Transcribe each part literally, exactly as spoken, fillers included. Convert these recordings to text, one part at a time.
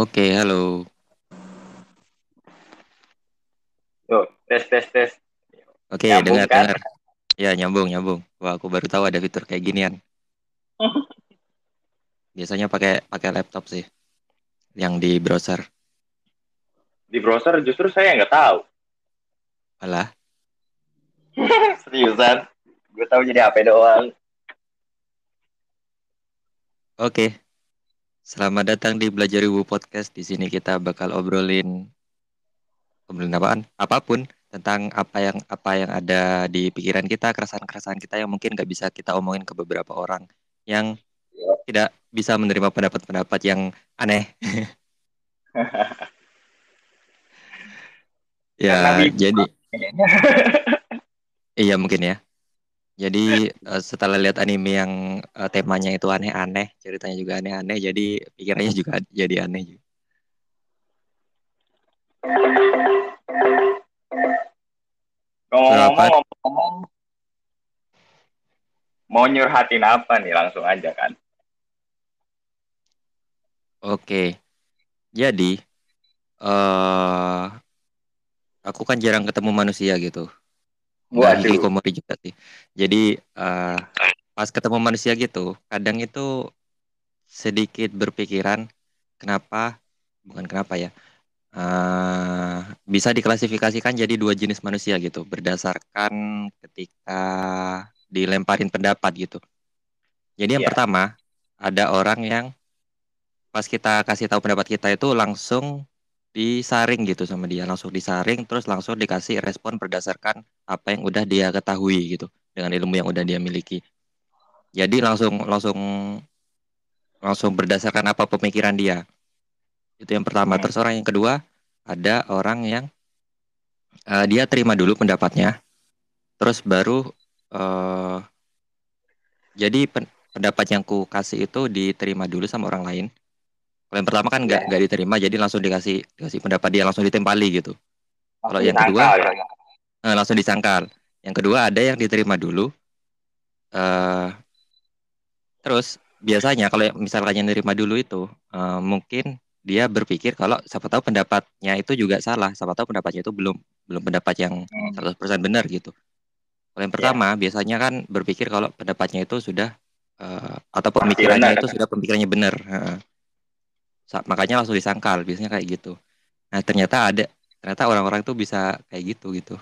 Oke, halo. Tuh, tes tes tes. Oke, Nyambung dengar kan? dengar. Ya, nyambung nyambung. Wah, aku baru tahu ada fitur kayak ginian. Biasanya pakai pakai laptop sih, yang di browser. Di browser justru saya nggak tahu. Alah. Seriusan. Gue tahu jadi H P doang. Oke, selamat datang di Belajar Ibu Podcast. Di sini kita bakal obrolin obrolin apaan? Apapun tentang apa yang apa yang ada di pikiran kita, keresahan-keresahan kita yang mungkin nggak bisa kita omongin ke beberapa orang yang tidak bisa menerima pendapat-pendapat yang aneh. Karena Ya, wibu. jadi iya mungkin ya. Jadi eh, setelah lihat anime yang eh, temanya itu aneh-aneh, ceritanya juga aneh-aneh, jadi pikirannya juga jadi aneh juga. Suara Ngomong-ngomong, apa? ngomong-ngomong, mau nyurhatin apa nih? Langsung aja kan. Oke, jadi eh aku kan jarang ketemu manusia gitu. Nggak Waduh. hikikomori juga sih. Jadi eh pas ketemu manusia gitu, kadang itu sedikit berpikiran kenapa, bukan kenapa ya, eh bisa diklasifikasikan jadi dua jenis manusia gitu, berdasarkan ketika dilemparin pendapat gitu. Jadi yang Iya. pertama, ada orang yang pas kita kasih tahu pendapat kita itu langsung disaring gitu sama dia, langsung disaring terus langsung dikasih respon berdasarkan apa yang udah dia ketahui gitu, dengan ilmu yang udah dia miliki. Jadi langsung langsung langsung berdasarkan apa pemikiran dia. Itu yang pertama. Hmm. Terus orang yang kedua, ada orang yang eh, dia terima dulu pendapatnya, terus baru eh jadi pen- pendapat yang ku kasih itu diterima dulu sama orang lain. Kalau yang pertama kan nggak Iya. nggak diterima, jadi langsung dikasih dikasih pendapat dia langsung ditempali gitu. Kalau Langsung yang kedua disangkal ya. eh, langsung disangkal. Yang kedua ada yang diterima dulu. eh Terus biasanya kalau yang misalkan yang nerima dulu itu eh, mungkin dia berpikir kalau siapa tahu pendapatnya itu juga salah, siapa tahu pendapatnya itu belum belum pendapat yang Hmm. seratus persen benar gitu. Kalau yang Iya. pertama biasanya kan berpikir kalau pendapatnya itu sudah eh, atau Pasti pemikirannya benar. itu sudah pemikirannya benar. Heeh. Sa- Makanya langsung disangkal, biasanya kayak gitu. Nah, ternyata ada ternyata orang-orang tuh bisa kayak gitu gitu.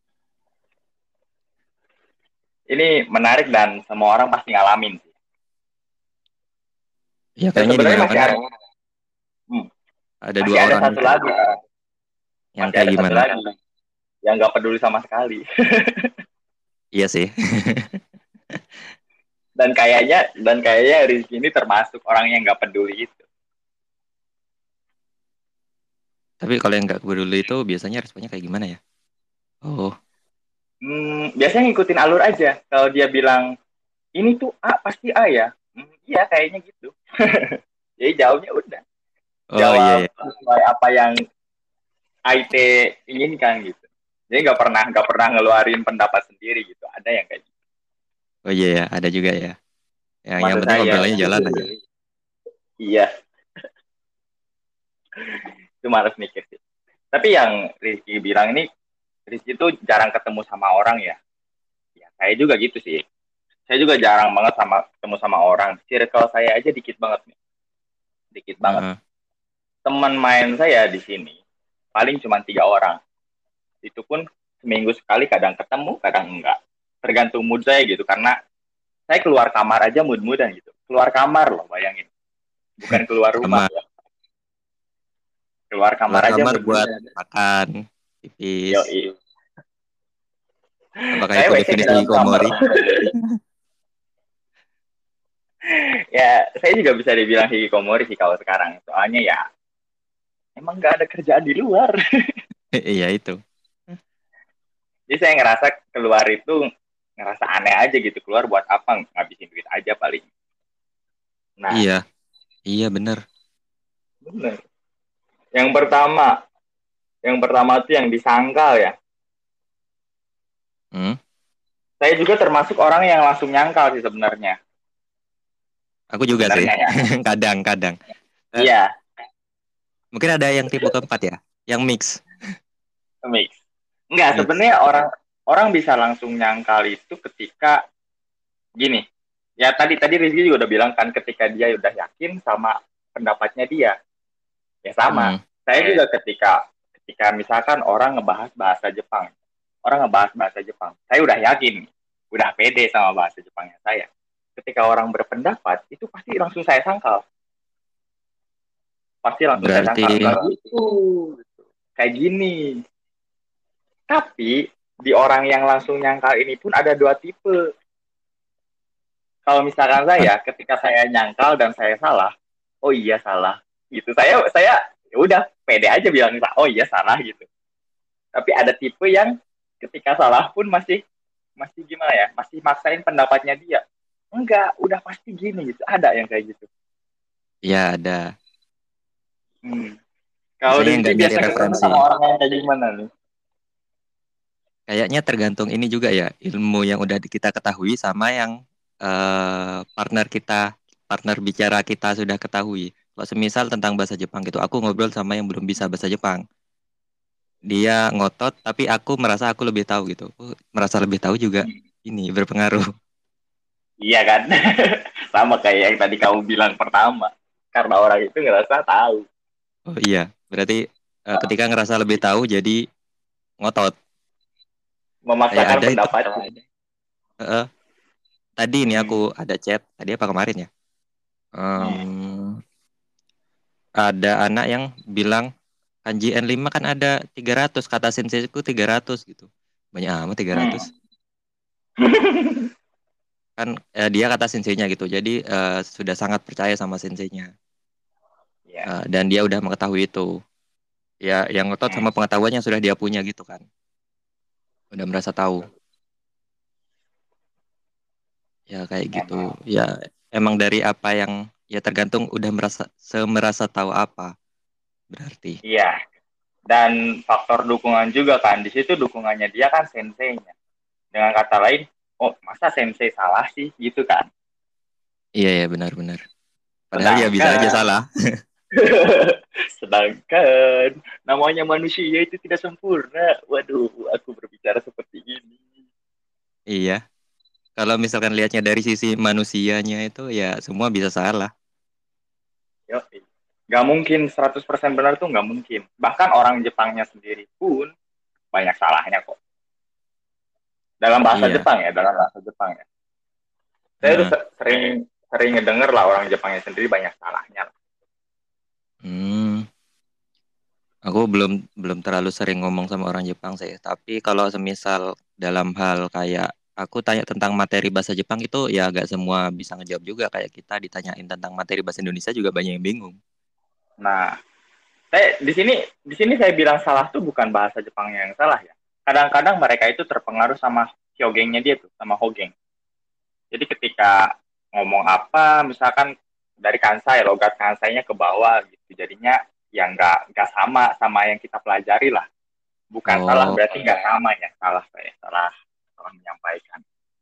Ini menarik dan semua orang pasti ngalamin sih. Ya Dan kayaknya di sebenarnya masih mana-mana ada, hmm, ada masih dua ada orang satu itu lagi. yang Masih kayak ada satu gimana. lagi yang nggak peduli sama sekali. Iya sih. dan kayaknya dan kayaknya Rizky ini termasuk orang yang nggak peduli itu. Tapi kalau yang nggak peduli itu biasanya responnya kayak gimana ya? Oh, Hmm, biasanya ngikutin alur aja. Kalau dia bilang ini tuh A pasti A ya. Hmm, iya kayaknya gitu. Jadi jawabnya udah oh iya jawab ya. sesuai apa yang I T inginkan gitu. Jadi nggak pernah nggak pernah ngeluarin pendapat sendiri gitu. Ada yang kayak gitu. Oh iya ya, ada juga ya. Yang yang Maksud penting saya obrolannya jalan aja. iya itu males mikir sih. Tapi yang Rizky bilang ini Rizky itu jarang ketemu sama orang ya. Ya saya juga gitu sih. Saya juga jarang banget sama ketemu sama orang. Circle saya aja dikit banget nih, dikit banget. Heeh. Teman main saya di sini paling cuma tiga orang. Itu pun seminggu sekali, kadang ketemu, kadang enggak. Tergantung mood saya gitu. Karena saya keluar kamar aja mood-moodan gitu. Keluar kamar loh, bayangin. Bukan keluar rumah Sama ya. Keluar kamar keluar aja kamar buat mood-moodan. makan, Yo, pipis. Apakah saya itu W C di definisi dalam kamar. hikikomori? Ya, saya juga bisa dibilang hikikomori sih kalau sekarang. Soalnya ya, emang nggak ada kerjaan di luar. Iya itu. Jadi saya ngerasa keluar itu ngerasa aneh aja gitu. Keluar buat apa? Ngabisin duit aja paling. Nah, Iya, iya bener. bener. Yang pertama, yang pertama tuh yang disangkal ya. Hmm? Saya juga termasuk orang yang langsung nyangkal sih sebenarnya. Aku juga sih. Sebenarnya ya. Kadang-kadang. Eh, Iya. Mungkin ada yang tipe keempat ya, yang mix. Mix. Enggak, Mix. sebenarnya orang orang bisa langsung nyangkal itu ketika gini. Ya tadi tadi Rizky juga udah bilang kan ketika dia udah yakin sama pendapatnya dia. Ya sama. Hmm. Saya juga ketika ketika misalkan orang ngebahas bahasa Jepang. Orang ngebahas bahasa Jepang. Saya udah yakin, udah pede sama bahasa Jepangnya saya. Ketika orang berpendapat, itu pasti langsung saya sangkal. Pasti langsung saya Berarti sangkal. Enggak gitu. Kayak gini. Tapi di orang yang langsung nyangkal ini pun ada dua tipe. Kalau misalkan ah, saya, ketika saya nyangkal dan saya salah, oh iya salah, gitu. Saya saya ya udah pede aja bilang oh iya salah gitu. Tapi ada tipe yang ketika salah pun masih masih gimana ya, masih maksain pendapatnya dia. Enggak, udah pasti gini gitu. Ada yang kayak gitu. ya ada. Hmm. Kalau Biasanya Rizky nggak nyari biasa ketemu referensi. sama orang yang kayak gimana nih? Kayaknya tergantung ini juga ya, ilmu yang udah kita ketahui sama yang eh, partner kita, partner bicara kita sudah ketahui. Kalau semisal tentang bahasa Jepang gitu, aku ngobrol sama yang belum bisa bahasa Jepang. Dia ngotot, tapi aku merasa aku lebih tahu gitu. Oh, merasa lebih tahu juga ini berpengaruh. Iya kan? Sama kayak yang tadi kamu bilang pertama. Karena orang itu ngerasa tahu. Oh iya, berarti eh, ketika ngerasa lebih tahu jadi ngotot. Kayak Memaksakan ada itu. pendapat. eh, tadi ini aku Hmm. ada chat, tadi apa kemarin ya? Hmm. Em, ada anak yang bilang kanji N lima kan ada tiga ratus, kata senseiku tiga ratus gitu. Banyak amat tiga ratus. Hmm. Kan eh, dia kata senseinya gitu. Jadi eh, sudah sangat percaya sama senseinya. Ya. Eh, dan dia udah mengetahui itu. Ya yang ngotot Hmm. sama pengetahuannya sudah dia punya gitu kan. Udah merasa tahu. Ya kayak gitu. Emang. Ya emang dari apa yang ya tergantung udah merasa semerasa tahu apa berarti. Iya. Dan faktor dukungan juga kan. Di situ dukungannya dia kan senseinya. Dengan kata lain, oh masa sensei salah sih gitu kan. Iya ya benar-benar. Padahal ya bisa aja Sedangkan salah. sedangkan namanya manusia itu tidak sempurna. Waduh, aku berbicara seperti ini. Iya. Kalau misalkan lihatnya dari sisi manusianya itu ya semua bisa salah. Yo, nggak mungkin seratus persen benar tuh nggak mungkin. Bahkan orang Jepangnya sendiri pun banyak salahnya kok. Dalam bahasa Iya. Jepang ya, dalam bahasa Jepang ya. Saya tuh Heeh. sering sering ngedenger lah orang Jepangnya sendiri banyak salahnya. Hmm. Aku belum belum terlalu sering ngomong sama orang Jepang sih. Tapi kalau semisal dalam hal kayak aku tanya tentang materi bahasa Jepang itu ya agak semua bisa ngejawab juga, kayak kita ditanyain tentang materi bahasa Indonesia juga banyak yang bingung. Nah, saya di sini di sini saya bilang salah tuh bukan bahasa Jepangnya yang salah ya. Kadang-kadang mereka itu terpengaruh sama hyogengnya dia tuh, sama hogeng. Jadi ketika ngomong apa, misalkan dari Kansai, logat Kansainya ke bawah gitu, jadinya ya nggak nggak sama sama yang kita pelajari lah. Bukan salah Oh, berarti nggak sama ya, salah saya salah salah menyampaikan.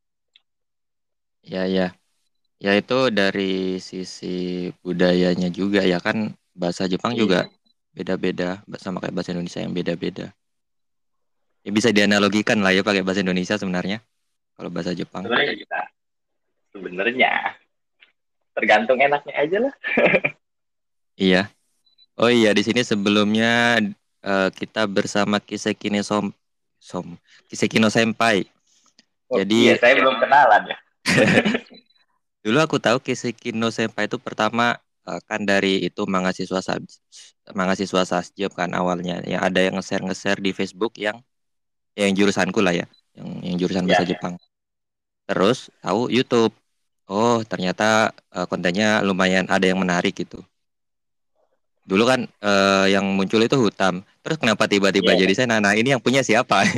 ya ya. Ya itu dari sisi budayanya juga ya kan, bahasa Jepang juga Iya, beda-beda sama kayak bahasa Indonesia yang beda-beda. Ya bisa dianalogikan lah ya pakai bahasa Indonesia sebenarnya kalau bahasa Jepang. sebenarnya kita sebenarnya tergantung enaknya aja lah. Iya. Oh iya, di sini sebelumnya eh, kita bersama Kisekine Som Som Kisekino Senpai. Oh Jadi iya, saya belum kenalan ya. dulu aku tahu Kisekino Senpai itu pertama eh, kan dari itu mahasiswa sab- mahasiswa sasjep kan awalnya. Yang ada yang nge-share nge-share di Facebook yang yang jurusanku lah ya, yang yang jurusan Iya, bahasa ya. Jepang. Terus tahu YouTube. Oh, ternyata eh, kontennya lumayan ada yang menarik gitu. Dulu kan eh, yang muncul itu Hutam. Terus kenapa tiba-tiba Iya. jadi saya? Nah, nah, ini yang punya siapa?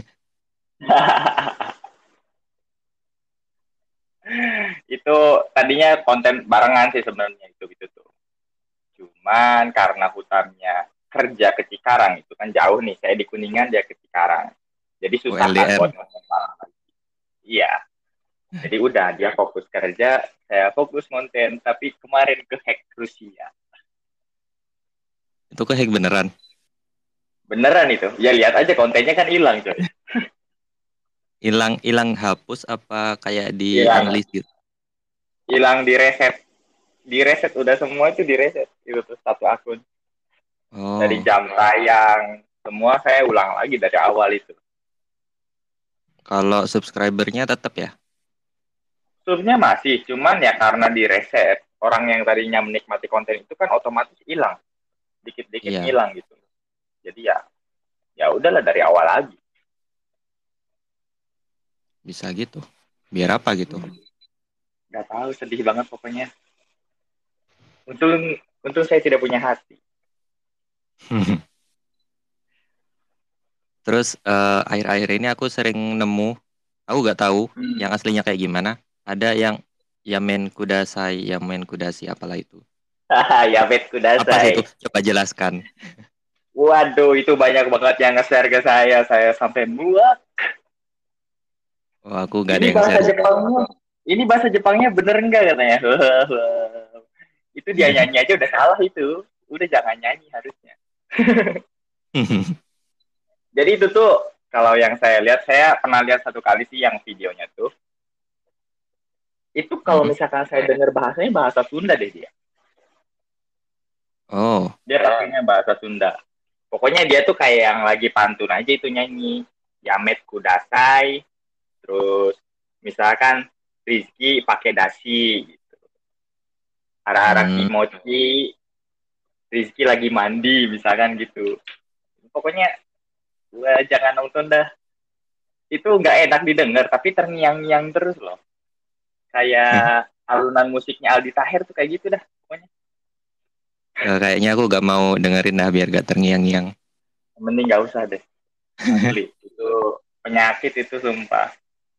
Itu tadinya konten barengan sih sebenarnya itu gitu tuh. Cuman karena hutannya kerja ke Cikarang itu kan jauh nih, saya di Kuningan dia ke Cikarang. Jadi Oh, susah kan L D R. buat nonton bareng lagi. Iya. Jadi udah dia fokus kerja, saya fokus konten, tapi kemarin ke hack Rusia. Itu kehack beneran. Beneran itu. Ya lihat aja kontennya kan hilang coy. Hilang hilang hapus apa kayak di Hilang. unlist gitu. Hilang di reset. Di reset udah semua itu di reset. Itu tuh satu akun. Dari Oh, jam tayang semua saya ulang lagi dari awal itu. kalau subscribernya tetap ya? Subnya masih, cuman ya karena di reset, orang yang tadinya menikmati konten itu kan otomatis hilang, dikit-dikit Iya, hilang gitu. Jadi ya, ya udahlah dari awal lagi. bisa gitu. Biar apa gitu? Hmm. Gak tahu, sedih banget pokoknya. Untung, untung saya tidak punya hati. Terus eh, akhir-akhir ini aku sering nemu, aku nggak tahu Hmm. yang aslinya kayak gimana. Ada yang Yamen Kudasai, Yamen Kudasi apalah itu. Ya bet Apa sih itu? kudasai. Coba jelaskan. Waduh, itu banyak banget yang nge-share ke saya. Saya sampai muak. Oh, aku nggak ada Ini yang bahasa share. Jepangnya, ini bahasa Jepangnya bener enggak katanya? Itu dia nyanyi aja udah salah itu. Udah jangan nyanyi harusnya. Jadi itu tuh kalau yang saya lihat, saya pernah lihat satu kali sih yang videonya tuh. Itu kalau Hmm. misalkan saya dengar bahasanya bahasa Sunda deh dia. Oh, Dia pastinya bahasa Sunda. Pokoknya dia tuh kayak yang lagi pantun aja itu nyanyi. Yamet kudasai, terus misalkan Rizky pakai dasi, gitu. Hara-hara hmm. kimochi, Rizky lagi mandi, misalkan gitu. Pokoknya wah, jangan nonton dah. Itu nggak enak didengar, tapi terngiang-ngiang terus loh. Kayak alunan musiknya Aldi Taher tuh kayak gitu dah pokoknya. Eh, kayaknya aku gak mau dengerin dah biar gak terngiang-ngiang. Mending nggak usah deh, asli itu penyakit itu sumpah.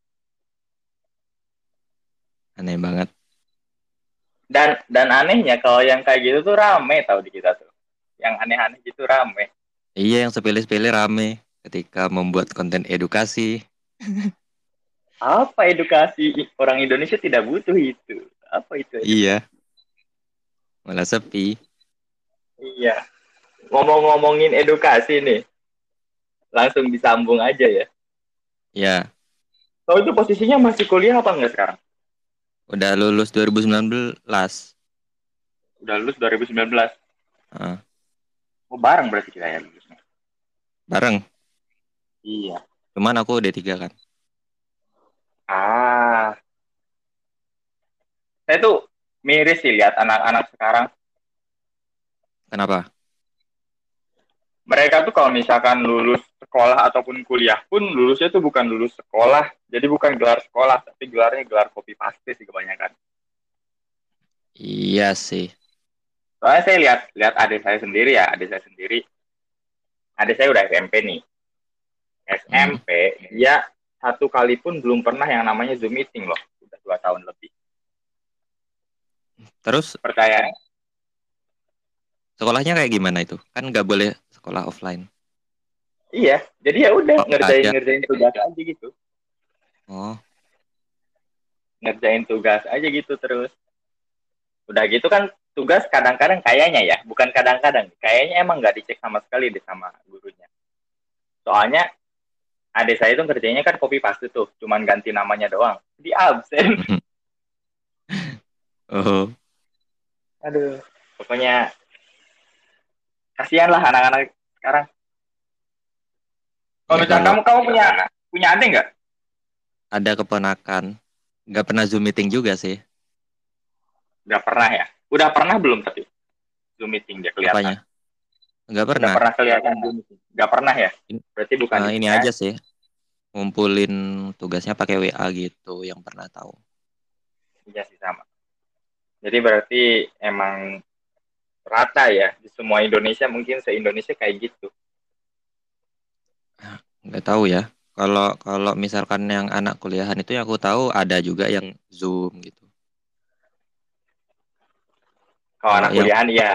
Aneh banget. dan dan anehnya kalau yang kayak gitu tuh rame tau di kita tuh, yang aneh-aneh gitu rame. Iya, yang sepele-sepele rame ketika membuat konten edukasi. Apa edukasi? Orang Indonesia tidak butuh itu. Apa itu Iya, edukasi? malah sepi. Iya, ngomong-ngomongin edukasi nih, langsung disambung aja ya. Ya, Kau itu posisinya masih kuliah apa enggak sekarang? udah lulus dua ribu sembilan belas. Udah lulus dua ribu sembilan belas. Ah, Oh, bareng berarti kita ya lulusnya. bareng. Iya. Cuman aku udah tiga kan. Ah, saya tuh miris sih lihat anak-anak sekarang. Kenapa? Mereka tuh kalau misalkan lulus sekolah ataupun kuliah pun lulusnya tuh bukan lulus sekolah. Jadi bukan gelar sekolah, tapi gelarnya gelar copy paste sih kebanyakan. Iya sih. Soalnya saya lihat lihat adik saya sendiri ya, adik saya sendiri. Adik saya udah S M P nih. Hmm. S M P dia satu kali pun belum pernah yang namanya Zoom meeting loh. Udah dua tahun lebih. Terus Percaya? sekolahnya kayak gimana itu? Kan nggak boleh sekolah offline. Iya. Jadi ya udah Oh, nggak ngerjain ada. ngerjain tugas aja gitu. Oh, Ngerjain tugas aja gitu terus. Udah gitu kan tugas kadang-kadang kayaknya ya, bukan kadang-kadang, kayaknya emang nggak dicek sama sekali deh sama gurunya. Soalnya adik saya itu kerjanya kan copy paste tuh, cuman ganti namanya doang. Di absen. oh, Aduh, pokoknya kasihan lah anak-anak sekarang. Kalau ya misalnya kalau kamu, kamu punya punya adik nggak? ada keponakan, nggak pernah Zoom meeting juga sih. Udah pernah ya? Udah pernah belum tapi Zoom meeting dia kelihatan? Apanya? Nggak Udah pernah. pernah kelihatan Zoom meeting? Nggak pernah ya? In- Berarti bukan eh, di ini sini aja aja. sih, ngumpulin tugasnya pakai W A gitu, yang pernah tahu. Iya sih sama. Jadi berarti emang rata ya di semua Indonesia, mungkin se Indonesia kayak gitu. Nggak tahu ya. Kalau kalau misalkan yang anak kuliahan itu yang aku tahu ada juga yang Zoom gitu. Kalau Kalau anak yang kuliahan iya,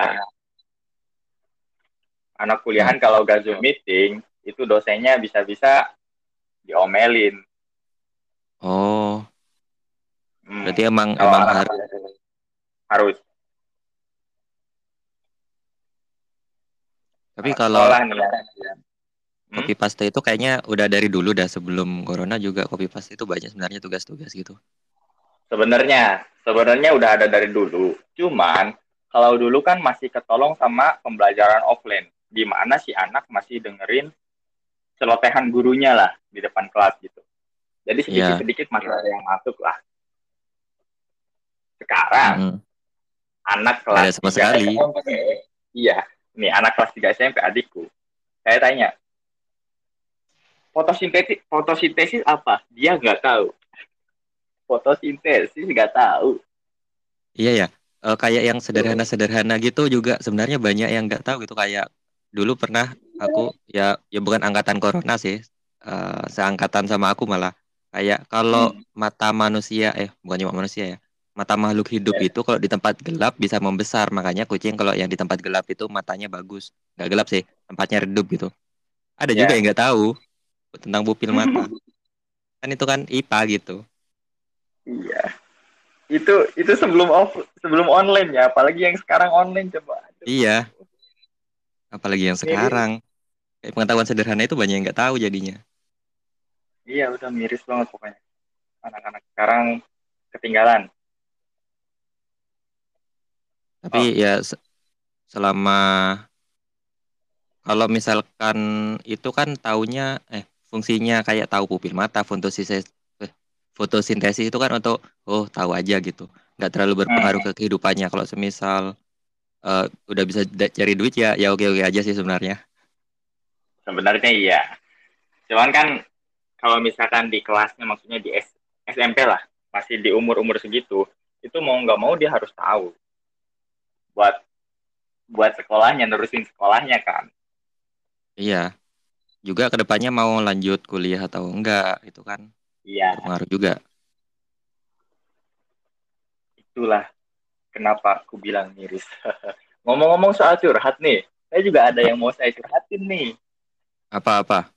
anak nah, kuliahan kalau gak Zoom meeting itu dosennya bisa-bisa diomelin. oh, Hmm. berarti emang Kalau emang anak harus. kuliahan harus. Tapi anak kalau sekolah nih ya. Hmm? copy paste itu kayaknya udah dari dulu dah sebelum corona juga copy paste itu banyak sebenarnya tugas-tugas gitu. Sebenarnya, sebenarnya udah ada dari dulu. Cuman kalau dulu kan masih ketolong sama pembelajaran offline, di mana si anak masih dengerin celotehan gurunya lah di depan kelas gitu. Jadi Iya. sedikit-sedikit masih ada yang masuk lah. Sekarang Mm-mm. anak Gak kelas ada sama tiga sekali. S M P, iya, nih anak kelas tiga S M P adikku. Saya tanya, fotosintesis fotosintesis apa? Dia nggak tahu. Fotosintesis nggak tahu. Iya ya. Eh, kayak yang sederhana-sederhana gitu juga sebenarnya banyak yang nggak tahu gitu kayak dulu pernah aku ya ya bukan angkatan corona sih. Eh, seangkatan sama aku malah kayak kalau Hmm. mata manusia eh bukan cuma manusia ya. Mata makhluk hidup Ya. itu kalau di tempat gelap bisa membesar. Makanya kucing kalau yang di tempat gelap itu matanya bagus. Nggak gelap sih, tempatnya redup gitu. Ada juga yang Ya. nggak tahu tentang pupil mata. Kan itu kan I P A gitu. Iya. Itu itu sebelum off sebelum online ya, apalagi yang sekarang online coba. Aduh. Iya, apalagi yang Miris. sekarang. Kayak pengetahuan sederhana itu banyak yang nggak tahu jadinya. Iya, udah miris banget pokoknya. Anak-anak sekarang ketinggalan. Tapi Oh, ya se- selama kalau misalkan itu kan taunya eh fungsinya kayak tahu pupil mata, fotosintesis eh, fotosintesis itu kan untuk oh tahu aja gitu. Nggak terlalu berpengaruh hmm, ke kehidupannya. Kalau semisal eh, udah bisa da- cari duit ya ya oke-oke aja sih sebenarnya. sebenarnya iya. Cuman kan kalau misalkan di kelasnya maksudnya di S- SMP lah, masih di umur-umur segitu, itu mau nggak mau dia harus tahu buat buat sekolahnya, nerusin sekolahnya kan. Iya, juga kedepannya mau lanjut kuliah atau enggak itu kan Iya, berpengaruh juga. itulah kenapa aku bilang miris. Ngomong-ngomong soal curhat nih, saya juga ada Apa yang mau saya curhatin nih. apa apa?